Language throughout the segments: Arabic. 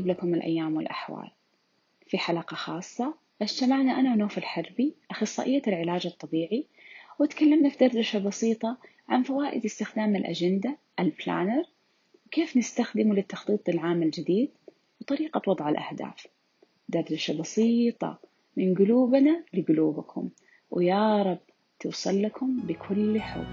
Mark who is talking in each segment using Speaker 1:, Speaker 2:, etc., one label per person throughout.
Speaker 1: أطيب لكم الأيام والأحوال. في حلقة خاصة اجتمعنا أنا ونوف الحربي أخصائية العلاج الطبيعي، وتكلمنا في دردشة بسيطة عن فوائد استخدام الأجندة البلانر، وكيف نستخدمه للتخطيط للعام الجديد وطريقة وضع الأهداف. دردشة بسيطة من قلوبنا لقلوبكم، ويا رب توصل لكم بكل حب.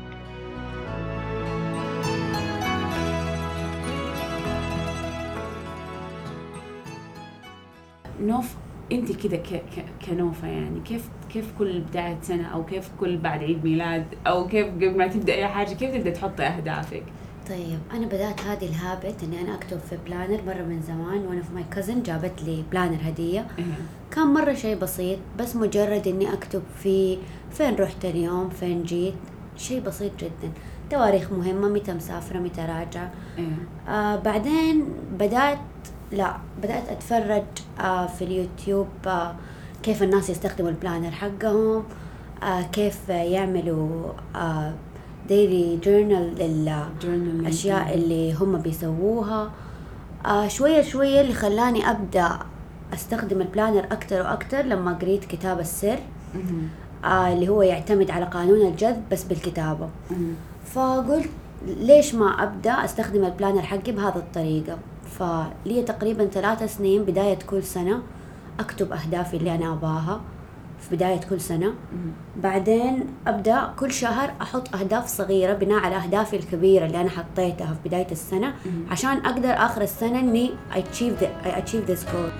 Speaker 2: نوف، انت كده كنوفة، يعني كيف كل بداية سنة او كيف كل بعد عيد ميلاد او كيف قبل ما تبدأ اي حاجة كيف تبدأ تحطي اهدافك؟
Speaker 3: طيب أنا بدأت هذه الهابت إني أنا أكتب في بلانر مرة من زمان، وأنا في ماي كازن جابت لي بلانر هدية. كان مرة شيء بسيط، بس مجرد إني أكتب فيه فين رحت اليوم، فين جيت، شيء بسيط جدا، تواريخ مهمة، متى مسافرة، متى راجعة. بعدين بدأت أتفرج في اليوتيوب كيف الناس يستخدموا البلانر حقهم، كيف يعملوا ديلي جورنال للأشياء اللي هم بيسووها. شوية شوية اللي خلاني أبدأ أستخدم البلانر أكتر وأكتر لما قريت كتاب السر، اللي هو يعتمد على قانون الجذب بس بالكتابة. فقلت ليش ما أبدأ أستخدم البلانر حقي بهذا الطريقة. فلي تقريبا 3 سنين بداية كل سنة أكتب أهدافي اللي أنا أباها في بداية كل سنة. بعدين أبدأ كل شهر أحط أهداف صغيرة بناء على أهدافي الكبيرة اللي أنا حطيتها في بداية السنة، عشان أقدر آخر السنة إني I achieve this goal.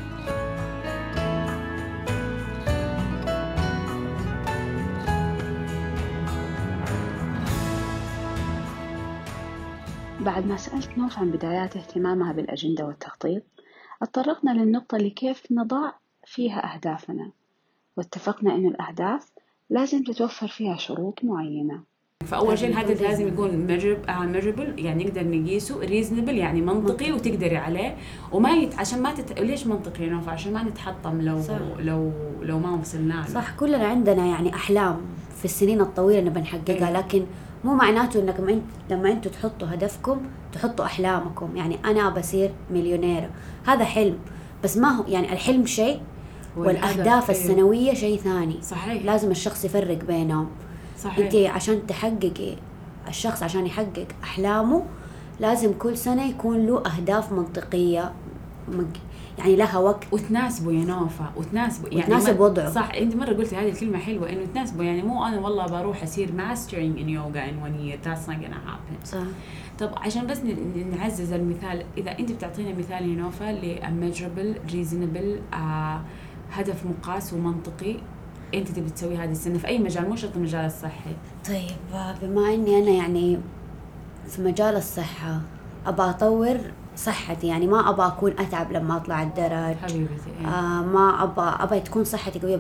Speaker 1: بعد ما سألت نوف عن بدايات اهتمامها بالأجندة والتخطيط، اتطرقنا للنقطة اللي كيف نضع فيها أهدافنا، واتفقنا إنه الأهداف لازم تتوفر فيها شروط معينة.
Speaker 2: فأول شيء الهدف لازم يكون measurable، يعني نقدر نقيسه، reasonable يعني منطقي وتقدري عليه، وما عشان ما ليش منطقي نوف؟ عشان ما نتحطم لو ما وصلنا له.
Speaker 3: صح، كلنا عندنا يعني أحلام في السنين الطويلة نبي نحققها، لكن مو معناته انكم لما انتوا تحطوا هدفكم تحطوا احلامكم. يعني انا بصير مليونيرة، هذا حلم، بس ما هو يعني الحلم شيء والاهداف السنوية شيء ثاني.
Speaker 2: صحيح.
Speaker 3: لازم الشخص يفرق بينهم.
Speaker 2: صحيح.
Speaker 3: انت عشان تحققي، الشخص عشان يحقق احلامه لازم كل سنة يكون له اهداف منطقية، يعني لها وقت
Speaker 2: وتناسبه يا نوفا، وتناسبه يعني
Speaker 3: وتناسب وضعه.
Speaker 2: صح، انت مره قلتي هذه الكلمه حلوه، انه تناسبه. يعني مو انا والله بروح اصير mastering in yoga in 1 year, that's not gonna happen.
Speaker 3: صح.
Speaker 2: طب عشان بس نعزز المثال، اذا انت بتعطينا مثال يا نوفا measurable reasonable هدف مقاس ومنطقي انت تبي تسوي هذه السنه في اي مجال، مو شرط المجال الصحي.
Speaker 3: طيب بما اني انا يعني في مجال الصحه ابى اطور صحتي، يعني ما ابى اكون اتعب لما اطلع الدرج
Speaker 2: حبيبتي.
Speaker 3: ما ابى تكون صحتي قويه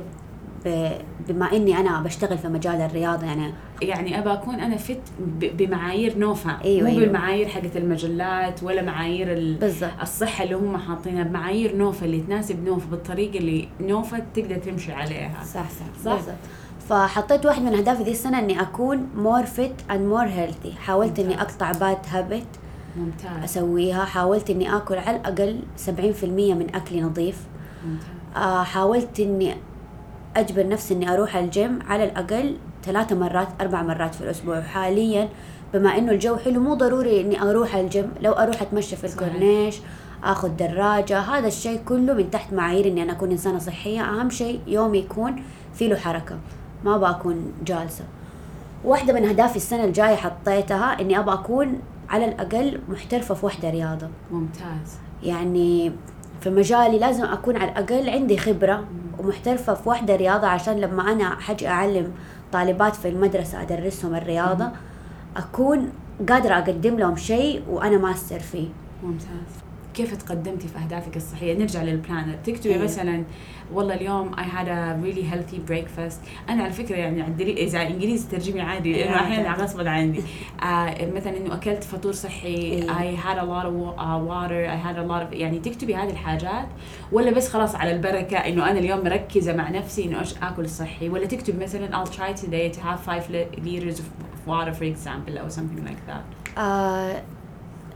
Speaker 3: بما اني انا بشتغل في مجال الرياضه. يعني
Speaker 2: ابى اكون انا فت بمعايير نوفا.
Speaker 3: أيوة
Speaker 2: مو بالمعايير حقت المجلات ولا معايير
Speaker 3: بالزبط.
Speaker 2: الصحه اللي هم حاطينها، بمعايير نوفا اللي تناسب نوفا بالطريقه اللي نوفا تقدر تمشي عليها.
Speaker 3: صح. بالزبط. فحطيت واحد من اهدافي ذي السنه اني اكون more fit and more healthy. حاولت اني اقطع باد هابت
Speaker 2: ممتاز
Speaker 3: اسويها. حاولت اني اكل على الاقل 70% من اكلي نظيف.
Speaker 2: ممتاز.
Speaker 3: حاولت اني اجبر نفسي اني اروح الجيم على الاقل 3 مرات 4 مرات في الاسبوع. حاليا بما انه الجو حلو مو ضروري اني اروح الجيم، لو اروح اتمشى في الكورنيش، اخذ دراجة، هذا الشيء كله من تحت معايير اني انا اكون انسانة صحية. اهم شيء يومي يكون فيه له حركة، ما بكون جالسة. واحدة من اهدافي السنة الجاية حطيتها اني ابى اكون على الاقل محترفة في وحدة رياضة.
Speaker 2: ممتاز.
Speaker 3: يعني في مجالي لازم أكون على الأقل عندي خبرة ومحترفة في وحدة رياضة، عشان لما أنا حاجي أعلم طالبات في المدرسة أدرسهم الرياضة أكون قادرة أقدم لهم شيء وأنا ماستر فيه.
Speaker 2: ممتاز. كيف تقدمتي في أهدافك الصحية؟ نرجع للبلانر، تكتبي مثلا والله اليوم I had a really healthy breakfast. أنا على فكرة يعني إذا إنجليزي ترجمي عادي، لأنه أحيانا غصبا عني. مثلا إنه أكلت فطور صحي، I had a lot of water, I had a lot of، يعني تكتبي هذه الحاجات، ولا بس خلاص على البركة إنه أنا اليوم مركزة مع نفسي إنه أكل صحي، ولا تكتب مثلا I'll try today to have 5 liters of water for example أو something like that.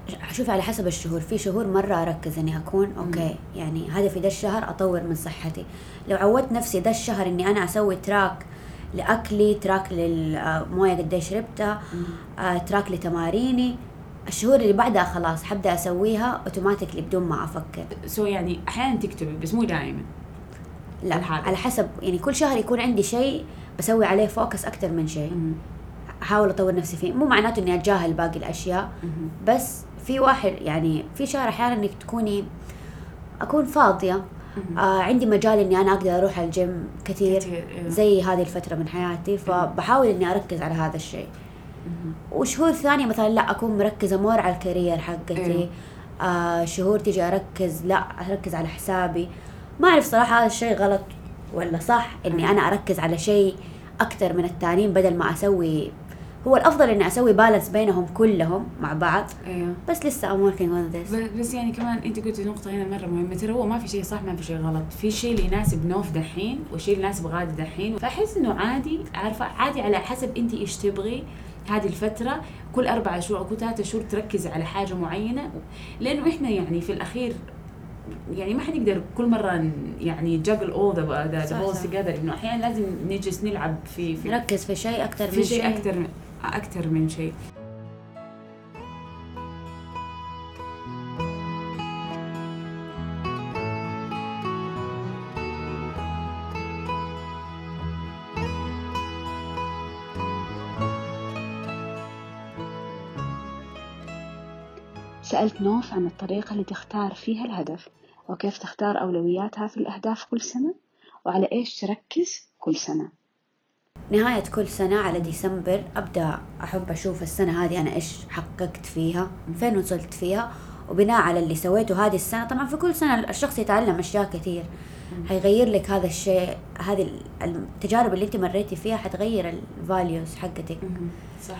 Speaker 3: شوفي على حسب الشهور. في شهور مرة أركز إني أكون أوكي يعني هدفي ده الشهر أطور من صحتي. لو عودت نفسي ده الشهر إني أنا أسوي تراك لأكلي، تراك للموية قديش شربتها، تراك لتماريني، الشهور اللي بعدها خلاص حبدأ أسويها أوتوماتيكلي بدون ما أفكر.
Speaker 2: يعني أحيانا تكتبي بس مو دائما.
Speaker 3: لا على حسب، يعني كل شهر يكون عندي شيء بسوي عليه فوكس أكتر من شيء، أحاول أطور نفسي فيه. مو معناته إني أتجاهل باقي الأشياء، بس في واحد يعني في شهر أحيانا إنك أكون فاضية، عندي مجال إني أنا أقدر أروح الجيم كثير زي هذه الفترة من حياتي، فبحاول إني أركز على هذا الشيء. وشهور ثانية مثلا لا أكون مركزة مور على الكارير حقتي، شهور تيجي أركز على حسابي. ما أعرف صراحة هذا الشيء غلط ولا صح، إني أنا أركز على شيء أكتر من التانيين بدل ما أسوي. هو الأفضل إني أسوي بالانس بينهم كلهم مع بعض. بس لسه I'm working on this.
Speaker 2: بس يعني كمان أنت قلتي نقطة هنا مرة مهمة، ترى هو ما في شيء صح ما في شيء غلط، في شيء اللي يناسب نوف دحين وشيء اللي يناسب غادة دحين. فأحس إنه عادي، عارفة، عادي على حسب أنت إيش تبغي هذه الفترة. كل 4 شهور أو كل 3 شهور تركز على حاجة معينة، لأنه إحنا يعني في الأخير يعني ما حنقدر كل مرة يعني juggle all the balls together. إنه أحيانا لازم نجلس نلعب في
Speaker 3: نركز في شيء أكتر
Speaker 2: من شيء أكتر من شيء.
Speaker 1: سألت نوف عن الطريقة اللي تختار فيها الهدف، وكيف تختار أولوياتها في الأهداف كل سنة، وعلى إيش تركز كل سنة.
Speaker 3: نهاية كل سنة على ديسمبر أبدأ أحب أشوف السنة هذه أنا إيش حققت فيها، فين وصلت فيها، وبناء على اللي سويته هذه السنة. طبعا في كل سنة الشخص يتعلم أشياء كثير، هيغير لك هذا الشيء. هذه التجارب اللي انت مريتي فيها حتغير الفاليوز حقتك.
Speaker 2: صح.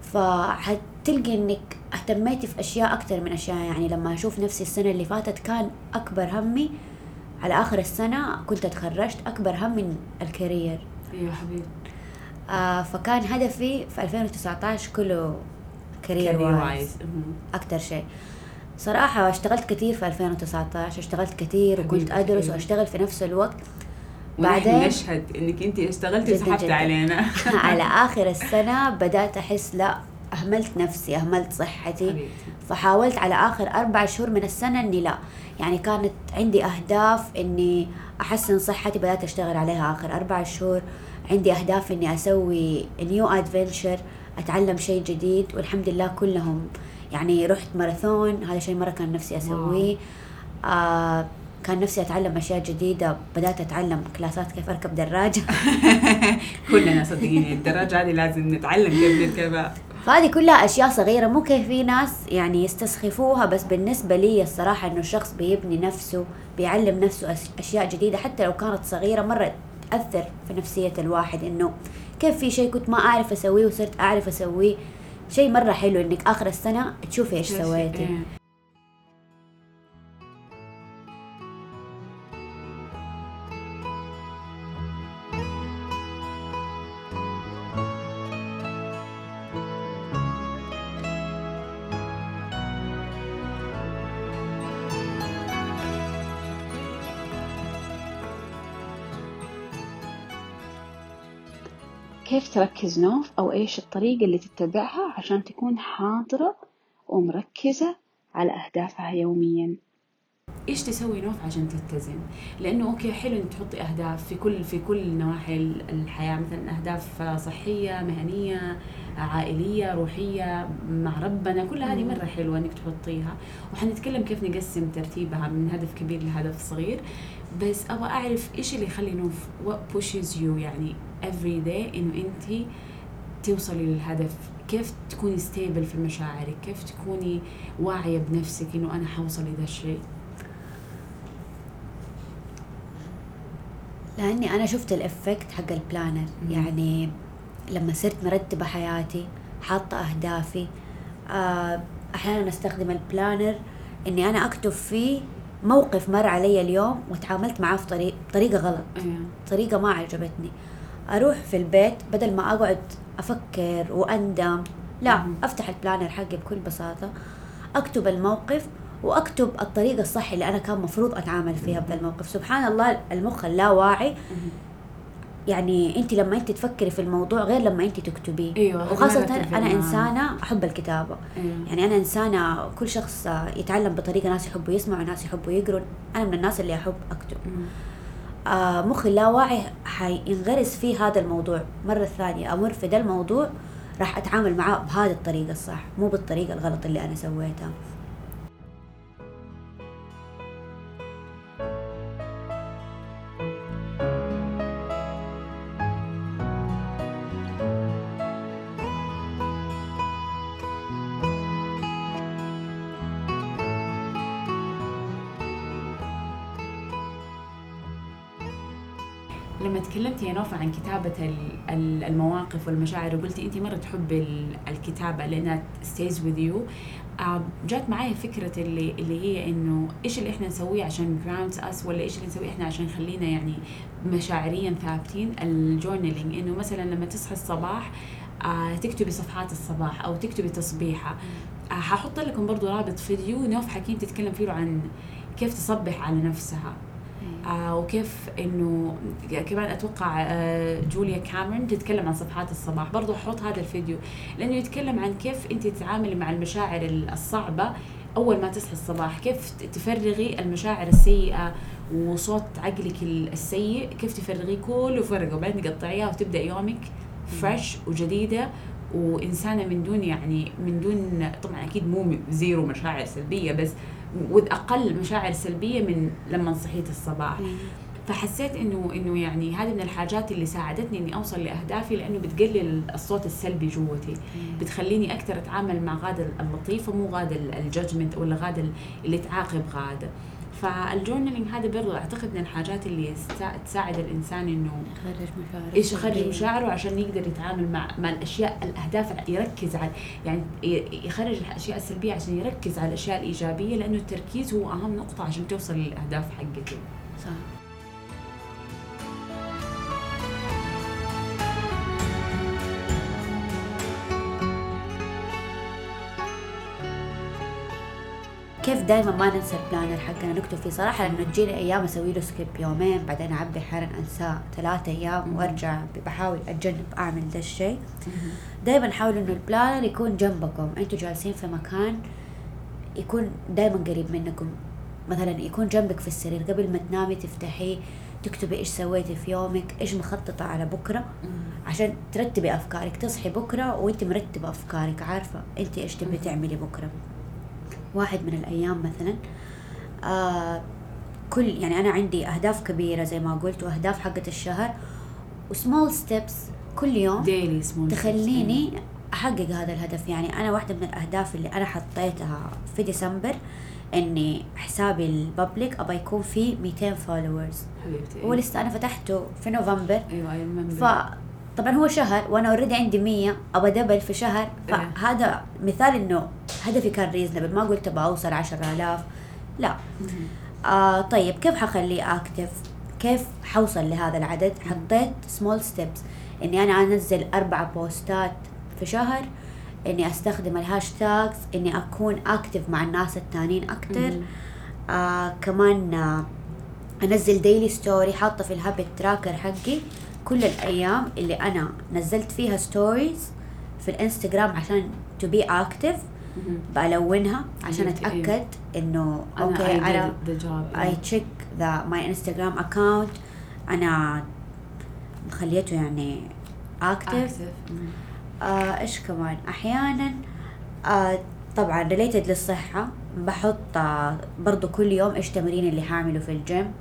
Speaker 3: فحتلقي انك اهتميتي في اشياء اكتر من اشياء. يعني لما اشوف نفسي السنة اللي فاتت كان اكبر همي على اخر السنة كنت اتخرجت، اكبر هم من الكارير.
Speaker 2: ايوه حبيبي.
Speaker 3: فكان هدفي في 2019 كله كارير وايز اكتر شيء. صراحة اشتغلت كثير في 2019، اشتغلت كثير وكنت أدرس واشتغل في نفس الوقت.
Speaker 2: بعدين نشهد انك انت اشتغلتي وسحبت علينا.
Speaker 3: على آخر السنة بدأت أحس لا، أهملت نفسي، أهملت صحتي حبيبتي. فحاولت على آخر 4 شهور من السنة اني لا، يعني كانت عندي أهداف اني أحسن صحتي، بدأت أشتغل عليها آخر 4 شهور. عندي أهداف اني أسوي نيو أدفنتشر، أتعلم شيء جديد، والحمد لله كلهم. يعني رحت ماراثون، هذا شيء مرة كان نفسي أسويه. كان نفسي أتعلم أشياء جديدة، بدأت أتعلم كلاسات كيف أركب دراجة.
Speaker 2: كلنا صدقيني الدراجة هذه لازم نتعلم كيف نركبها.
Speaker 3: فهذه كلها أشياء صغيرة، ممكن في ناس يعني يستسخفوها، بس بالنسبة لي الصراحة إنه الشخص بيبني نفسه، بيعلم نفسه أشياء جديدة حتى لو كانت صغيرة، مرة تأثر في نفسية الواحد. إنه كيف في شيء كنت ما أعرف أسويه وصرت أعرف أسويه. شيء مرة حلو إنك آخر السنة تشوفي إيش سويتي.
Speaker 1: كيف تركز نوف، أو إيش الطريقة اللي تتبعها عشان تكون حاضرة ومركزة على أهدافها يومياً؟
Speaker 2: إيش تسوي نوف عشان تلتزم؟ لأنه أوكي حلو إنك تحطي أهداف في كل نواحي الحياة، مثلاً أهداف صحية، مهنية، عائلية، روحية، مع ربنا، كل هذه مرة حلوة إنك تحطيها. وحنتكلم كيف نقسم ترتيبها من هدف كبير لهدف صغير. بس أبغى أعرف إيش اللي يخلي نوف what pushes you يعني every day إنه أنتي توصلي للهدف. كيف تكوني stable في مشاعرك، كيف تكوني واعية بنفسك إنه أنا حوصل لذا الشيء.
Speaker 3: لأني أنا شفت الإفكت حق البلانر. يعني لما صرت مرتبة حياتي، حاطة أهدافي، أحيانا أستخدم البلانر إني أنا أكتب فيه موقف مر علي اليوم وتعاملت معاه في طريقة غلط، طريقة ما عجبتني. أروح في البيت بدل ما أقعد أفكر وأندم، لا، أفتح البلانر حقي بكل بساطة، أكتب الموقف وأكتب الطريقة الصح اللي أنا كان مفروض أتعامل فيها بهذا الموقف. سبحان الله المخ اللاواعي يعني أنت لما أنت تفكري في الموضوع غير لما أنت تكتبيه.
Speaker 2: أيوة.
Speaker 3: وخاصة أنا إنسانة أحب الكتابة.
Speaker 2: أيوة.
Speaker 3: يعني أنا إنسانة كل شخص يتعلم بطريقة، ناس يحبوا يسمعوا وناس يحبوا يقروا، أنا من الناس اللي أحب أكتب. مخي اللاواعي حينغرس فيه هذا الموضوع. مرة ثانية أمر في ده الموضوع راح أتعامل معاه بهذه الطريقة الصح، مو بالطريقة الغلط اللي أنا سويتها.
Speaker 2: لما تكلمتي يا نوفا عن كتابة المواقف والمشاعر وقلتي أنت مرة تحب الكتابة لأنها stays with you، جات معايا فكرة اللي هي إنه إيش اللي إحنا نسويه عشان grounds us، ولا إيش اللي نسويه إحنا عشان يخلينا يعني مشاعريا ثابتين. الجورنالينج إنه مثلا لما تصحى الصباح تكتبي صفحات الصباح أو تكتبي تصبيحة. هحط لكم برضو رابط فيديو نوف حكيم تتكلم فيه عن كيف تصبح على نفسها. وكيف انه كمان اتوقع جوليا كاميرون تتكلم عن صفحات الصباح. برضو احط هذا الفيديو لانه يتكلم عن كيف انت تتعاملي مع المشاعر الصعبة اول ما تصحي الصباح، كيف تفرغي المشاعر السيئة وصوت عقلك السيء، كيف تفرغيه كله فرقه وبعدين تقطعيها وتبدا يومك فريش وجديدة وإنسانة من دون طبعا أكيد مو زيرو مشاعر سلبية، بس أقل مشاعر سلبية من لما صحيت الصباح. فحسيت إنه يعني هذه من الحاجات اللي ساعدتني إني أوصل لأهدافي، لأنه بتقلل الصوت السلبي جوتي، بتخليني أكثر أتعامل مع غادة اللطيفة مو غادة الجادجمنت ولا غادة اللي تعاقب غادة. فالجورنالينج هذا برضو أعتقد من الحاجات اللي تساعد الإنسان إنه يخرج مشاعره عشان يقدر يتعامل مع الأشياء الأهداف، يركز على يعني يخرج الأشياء السلبية عشان يركز على الأشياء الإيجابية، لأنه التركيز هو أهم نقطة عشان توصل للأهداف حقته.
Speaker 3: صح. كيف دائما ما ننسى البلانر حقنا نكتب فيه صراحة، لأنه تجيني أيام أسوي له سكيب يومين بعدين أعبي أحيانا أنساه 3 أيام وأرجع بحاول أتجنب أعمل ذا الشيء. دائما حاولوا إنه البلانر يكون جنبكم، أنتوا جالسين في مكان يكون دائما قريب منكم، مثلا يكون جنبك في السرير قبل ما تنامي تفتحيه تكتبي إيش سويتي في يومك، إيش مخططة على بكرة عشان ترتبي أفكارك، تصحي بكرة وأنت مرتبة أفكارك، عارفة أنت إيش تبي تعملي بكرة. واحد من الأيام مثلا كل يعني أنا عندي أهداف كبيرة زي ما قلت وأهداف حقة الشهر وسمول ستيبس كل يوم تخليني أحقق هذا الهدف. يعني أنا واحدة من الأهداف اللي أنا حطيتها في ديسمبر إني حسابي البابليك أبى يكون فيه 200 فولورز، ولسه أنا فتحته في نوفمبر. طبعا هو شهر وانا اوريدي عندي 100 ابى دبل في شهر، فهذا مثال انه هدفي كان ريزنبل، ما قلت ابى اوصل 10,000 لا. طيب كيف حخليه اكتف، كيف حوصل لهذا العدد؟ حطيت سمول ستيبس، اني انا انزل 4 بوستات في شهر، اني استخدم الهاشتاجز، اني اكون اكتف مع الناس التانيين اكتر. كمان انزل ديلي ستوري، حاطه في الهابت تراكر حقي كل الأيام اللي أنا نزلت فيها ستوريز في الانستغرام عشان to be active، بألونها عشان أتأكد إنه أوكي أنا I check my Instagram account أنا خليته يعني active. إيش كمان أحيانا طبعا related للصحة بحط برضو كل يوم إيش تمرين اللي هعمله في الجيم.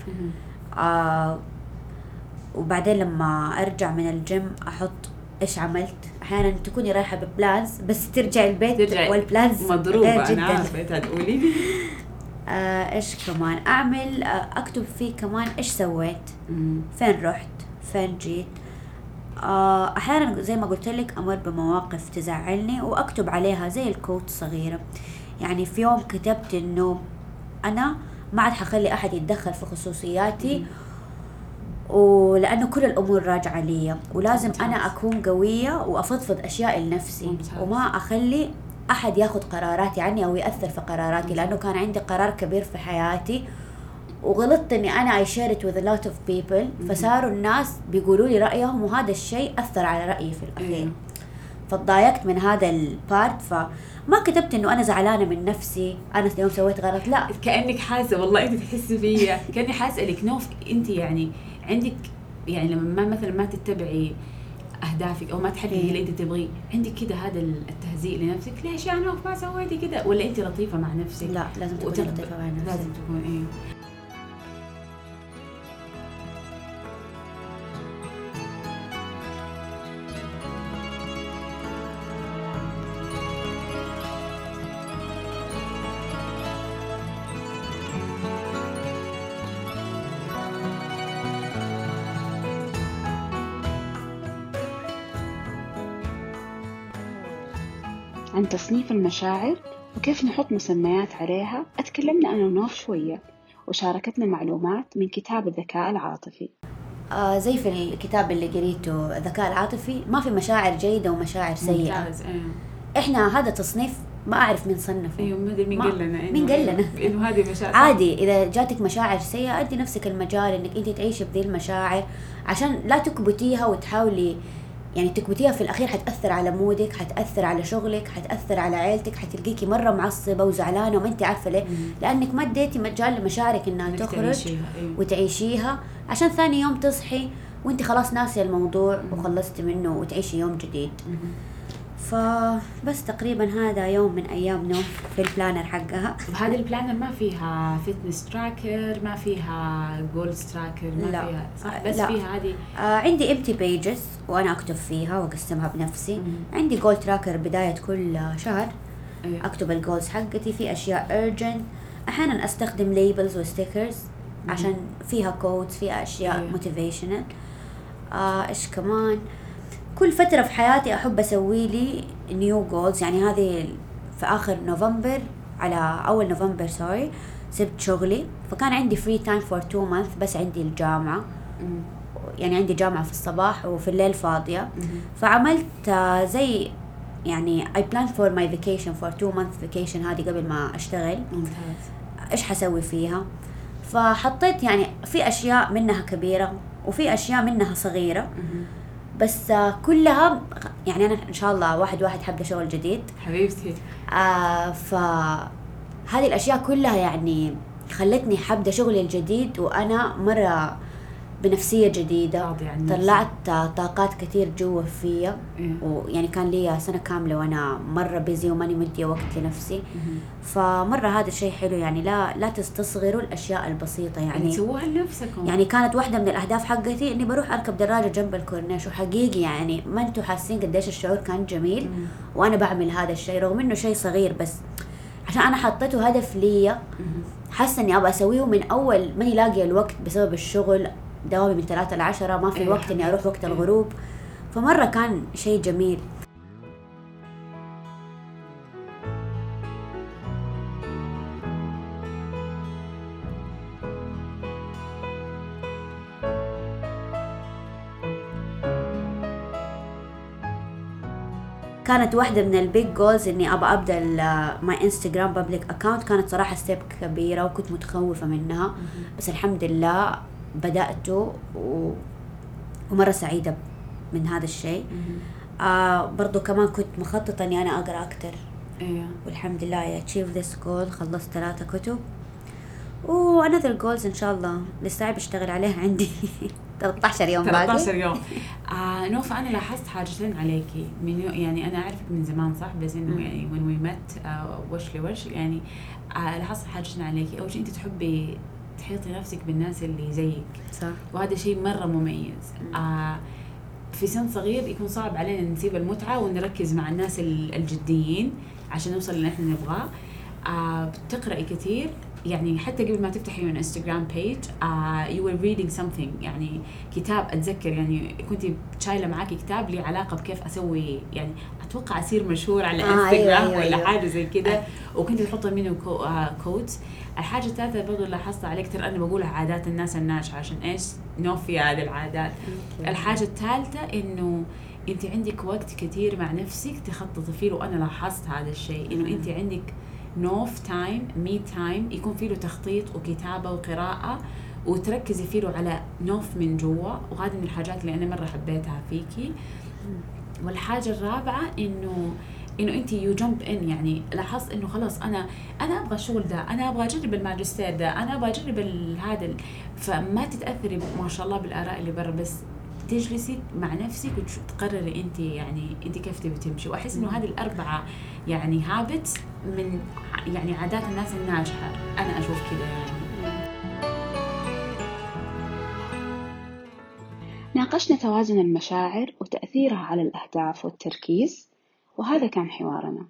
Speaker 3: وبعدين لما أرجع من الجيم أحط إيش عملت. أحياناً تكوني رايحة ببلانز بس ترجع البيت والبلانز
Speaker 2: مضروبة. أنا عارفة تقولي
Speaker 3: إيش كمان أعمل، أكتب فيه كمان إيش سويت، فين رحت، فين جيت. أحياناً زي ما قلت لك أمر بمواقف تزعلني وأكتب عليها زي الكوت صغيرة. يعني في يوم كتبت إنه أنا ما عاد حخلي أحد يتدخل في خصوصياتي، ولأنه كل الأمور راجعة لي ولازم أنا أكون قوية وأفضفض أشياء لنفسي وما أخلي أحد ياخد قراراتي عني أو يأثر في قراراتي، لأنه كان عندي قرار كبير في حياتي وغلطت إني أنا I share it with a lot of people، فصاروا الناس بيقولوا لي رأيهم وهذا الشيء أثر على رأيي في الأخير. فتضايقت من هذا البارت، فما كتبت إنه أنا زعلانة من نفسي أنا يوم سويت غلط، لا.
Speaker 2: كأنك حاسة، والله أنت تحسي فيا كأني حاسة لك نوف، أنت يعني عندك يعني لما مثلا ما تتبعي أهدافك أو ما تحققي اللي أنت تبغيه، عندك كده هذا التهزيء لنفسك، ليش يا نوف ما سويتي كده؟ ولا أنت لطيفة مع نفسك؟
Speaker 3: لا لازم تكون لطيفة مع نفسك،
Speaker 2: لازم تكون
Speaker 1: عن تصنيف المشاعر وكيف نحط مسميات عليها اتكلمنا أنا ونوف شوية، وشاركتنا معلومات من كتاب الذكاء العاطفي.
Speaker 3: زي في الكتاب اللي قريته الذكاء العاطفي، ما في مشاعر جيدة ومشاعر سيئة. إحنا هذا تصنيف ما أعرف مين صنفه.
Speaker 2: أيوة مين قال لنا؟
Speaker 3: مين قال لنا؟
Speaker 2: إنه هذه مشاعر
Speaker 3: عادي. إذا جاتك مشاعر سيئة أدي نفسك المجال إنك أنت تعيشي بذي المشاعر، عشان لا تكبتيها وتحاولي يعني تكبتيها في الأخير حتأثر على مودك، حتأثر على شغلك، حتأثر على عيلتك، حتلقيكي مرة معصبة وزعلانة وما أنت عارفة ليه، لأنك ما اديتي مجال لمشاعرك إنها تخرج وتعيشيها، عشان ثاني يوم تصحي وأنت خلاص ناسية الموضوع وخلصتي منه وتعيشي يوم جديد. فبس تقريبا هذا يوم من أيام نوف في البلانر حقها.
Speaker 2: وهذه البلانر ما فيها فتنس تراكر، ما فيها جولز تراكر، ما
Speaker 3: لا.
Speaker 2: فيها صح؟ بس
Speaker 3: لا.
Speaker 2: فيها هذه
Speaker 3: عندي empty pages وأنا أكتب فيها وأقسمها بنفسي. عندي جول تراكر بداية كل شهر أكتب الجولز حقتي، في أشياء urgent، أحيانا أستخدم labels وستيكرز عشان فيها كودز، فيها أشياء motivational. إيش كمان كل فترة في حياتي أحب أسوي لي نيو جولز، يعني هذه في آخر نوفمبر، على أول نوفمبر سبت شغلي، فكان عندي free time for 2 months، بس عندي الجامعة يعني عندي جامعة في الصباح وفي الليل فاضية. فعملت زي يعني I planned for my vacation for 2 months vacation هذه قبل ما أشتغل.
Speaker 2: ممتاز.
Speaker 3: إيش حسوي فيها؟ فحطيت يعني في أشياء منها كبيرة وفي أشياء منها صغيرة، بس كلها يعني أنا إن شاء الله واحد حبدأ شغل جديد
Speaker 2: حبيبتي.
Speaker 3: فهذه الأشياء كلها يعني خلتني حبدأ شغلي الجديد وأنا مرة بنفسية جديدة، طلعت طاقات كتير جوا فيا. ويعني كان لي سنة كاملة وأنا مرة بيزي وماني مدية وقت لنفسي. فمرة هذا الشيء حلو، يعني لا تستصغروا الأشياء البسيطة، يعني
Speaker 2: تسووها لنفسكم.
Speaker 3: يعني كانت واحدة من الأهداف حقتي إني بروح أركب دراجة جنب الكورنيش، وحقيقي يعني ما أنتوا حاسين قديش الشعور كان جميل وأنا بعمل هذا الشيء، رغم إنه شيء صغير، بس عشان أنا حطيته هدف ليا، حاسة إني أبغى أسويه من أول ماني لاقي الوقت بسبب الشغل، دوامي من 3 ل 10، ما في وقت إني أروح وقت الغروب. فمرة كان شيء جميل. كانت واحدة من البيج جولز إني أبدأ ماي انستغرام بابليك أكاونت. كانت صراحة ستيب كبيرة وكنت متخوفة منها، بس الحمد لله بدأته ومرة سعيدة من هذا الشيء. برضو كمان كنت مخططة إني أنا أقرأ أكتر، والحمد لله achieve this goal. خلصت 3 كتب another goals إن شاء الله لسه بشتغل عليها. عندي 13 يوم باقي.
Speaker 2: 13 يوم. نوف أنا لاحظت حاجتين عليكي من يعني أنا أعرفك من زمان صح، بس إنه يعني when we met وش لوش يعني لاحظت حاجتين عليكي. أول شيء أنت تحبي تحيطي نفسك بالناس اللي زيك
Speaker 3: صح،
Speaker 2: وهذا شيء مرة مميز. في سن صغير يكون صعب علينا نسيب المتعة ونركز مع الناس الجديين عشان نوصل اللي احنا نبغاه. بتقرأي كثير، يعني حتى قبل ما تفتحي من انستغرام بيج you were reading something، يعني كتاب أتذكر يعني كنت شايلة معاكي كتاب لي علاقة بكيف أسوي، يعني أتوقع أصير مشهور على انستغرام ولا حاجة زي كده، وكنت تحطي منه كودز. الحاجة الثالثة برضو لاحظت عليك، ترى أنا بقولها عادات الناس الناجحة عشان إيش نوفي هذه العادات. الحاجة الثالثة إنه أنت عندك وقت كتير مع نفسك تخططي فيه، وأنا لاحظت هذا الشيء إنه أنت عندك نوف تايم، مي تايم، يكون فيه له تخطيط وكتابة وقراءة، وتركزي فيه على نوف من جوا. وهذه من الحاجات اللي أنا مرة حبيتها فيكي. والحاجة الرابعة إنه انت يو جامب ان، يعني لاحظت انه خلاص انا ابغى الشغل ده، انا ابغى اجرب الماجستير ده، انا ابغى اجرب هذا. فما تتاثري ما شاء الله بالاراء اللي برا، بس تجلسي مع نفسك وتقرري انت يعني انت كيف تبي تمشي. واحس انه هذه الاربعه يعني هابتس من يعني عادات الناس الناجحه، انا اشوف كذا يعني.
Speaker 1: ناقشنا توازن المشاعر وتأثيرها على الأهداف والتركيز، وهذا كان حوارنا.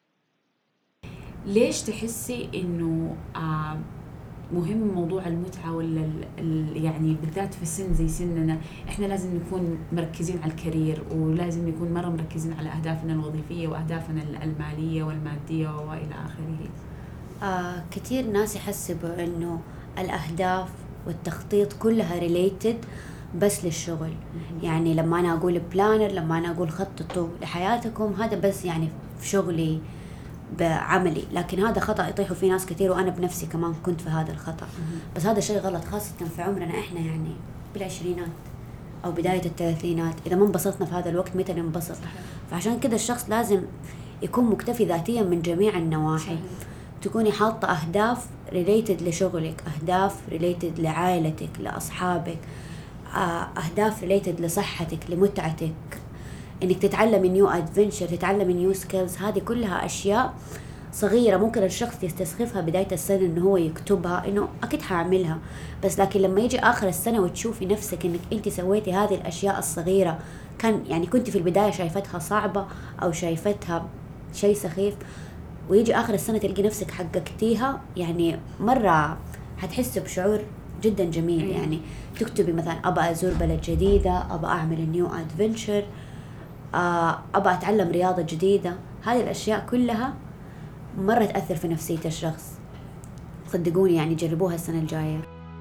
Speaker 2: ليش تحسي إنه مهم موضوع المتعة ولا يعني بالذات في السن زي سننا إحنا لازم نكون مركزين على الكارير، ولازم نكون مرة مركزين على أهدافنا الوظيفية وأهدافنا المالية والمادية وإلى آخره؟
Speaker 3: كتير ناس يحسبوا إنه الأهداف والتخطيط كلها related بس للشغل. يعني لما أنا أقول بلانر، لما أنا أقول خططوا لحياتكم، هذا بس يعني في شغلي بعملي. لكن هذا خطأ يطيحوا فيه ناس كتير، وأنا بنفسي كمان كنت في هذا الخطأ. بس هذا شيء غلط، خاصة في عمرنا إحنا يعني بالعشرينات أو بداية الثلاثينات. إذا ما انبسطنا في هذا الوقت متى ننبسط؟ فعشان كده الشخص لازم يكون مكتفي ذاتيا من جميع النواحي. تكوني حاطة أهداف related لشغلك، أهداف related لعائلتك، لأصحابك، أهداف related لصحتك، لمتعتك، إنك تتعلمي نيو أدفنتشر، تتعلمي نيو سكيلز. هذه كلها أشياء صغيرة ممكن الشخص يستسخفها بداية السنة إنه هو يكتبها إنه أكيد حاعملها، بس لكن لما يجي آخر السنة وتشوفي نفسك إنك أنت سويتي هذه الأشياء الصغيرة، كان يعني كنت في البداية شايفتها صعبة أو شايفتها شيء سخيف، ويجي آخر السنة تلقي نفسك حققتيها، يعني مرة هتحس بشعور جدا جميل. يعني تكتبي مثلا أبغى أزور بلد جديدة، أبغى أعمل نيو أدفنتشر، أبغى أتعلم رياضة جديدة. هذه الأشياء كلها مرة تأثر في نفسية الشخص، صدقوني يعني جربوها السنة الجاية.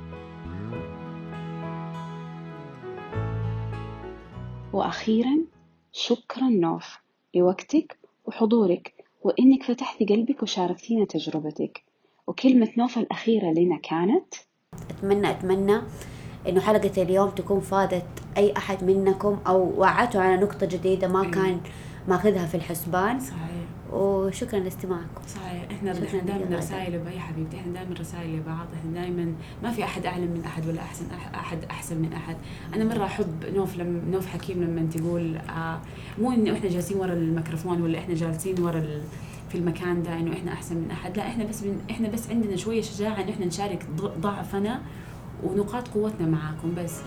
Speaker 1: وأخيرا شكرا نوف لوقتك وحضورك، وإنك فتحتي قلبك وشاركتينا تجربتك. وكلمة نوف الأخيرة لنا كانت
Speaker 3: أتمنى إنه حلقة اليوم تكون فادت أي أحد منكم أو وعته على نقطة جديدة ما كان ماخذها في الحسبان.
Speaker 2: صحيح.
Speaker 3: وشكرا لاستماعكم.
Speaker 2: صحيح. احنا دائما رسائل بأي حبيبتي، احنا دائما رسائل لبعض، احنا دائما ما في احد اعلم من احد ولا احسن من احد. انا مره احب نوف حكيم لما تقول مو انه احنا جالسين ورا الميكروفون ولا احنا جالسين ورا في المكان ده انه احنا احسن من احد، لا احنا بس عندنا شويه شجاعه انه احنا نشارك ضعفنا ونقاط قوتنا معاكم بس.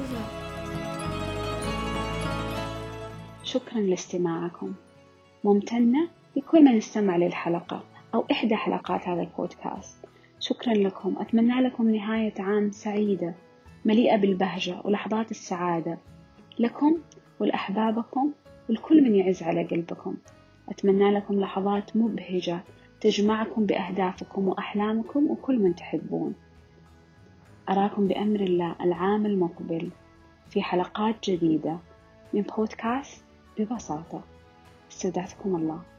Speaker 1: شكرا لاستماعكم. ممتنة لكل من استمع للحلقة أو إحدى حلقات هذا البودكاست. شكرا لكم. أتمنى لكم نهاية عام سعيدة مليئة بالبهجة ولحظات السعادة لكم ولأحبابكم ولكل من يعز على قلبكم. أتمنى لكم لحظات مبهجة تجمعكم بأهدافكم وأحلامكم وكل من تحبون. أراكم بأمر الله العام المقبل في حلقات جديدة من بودكاست ببساطة. استودعتكم الله.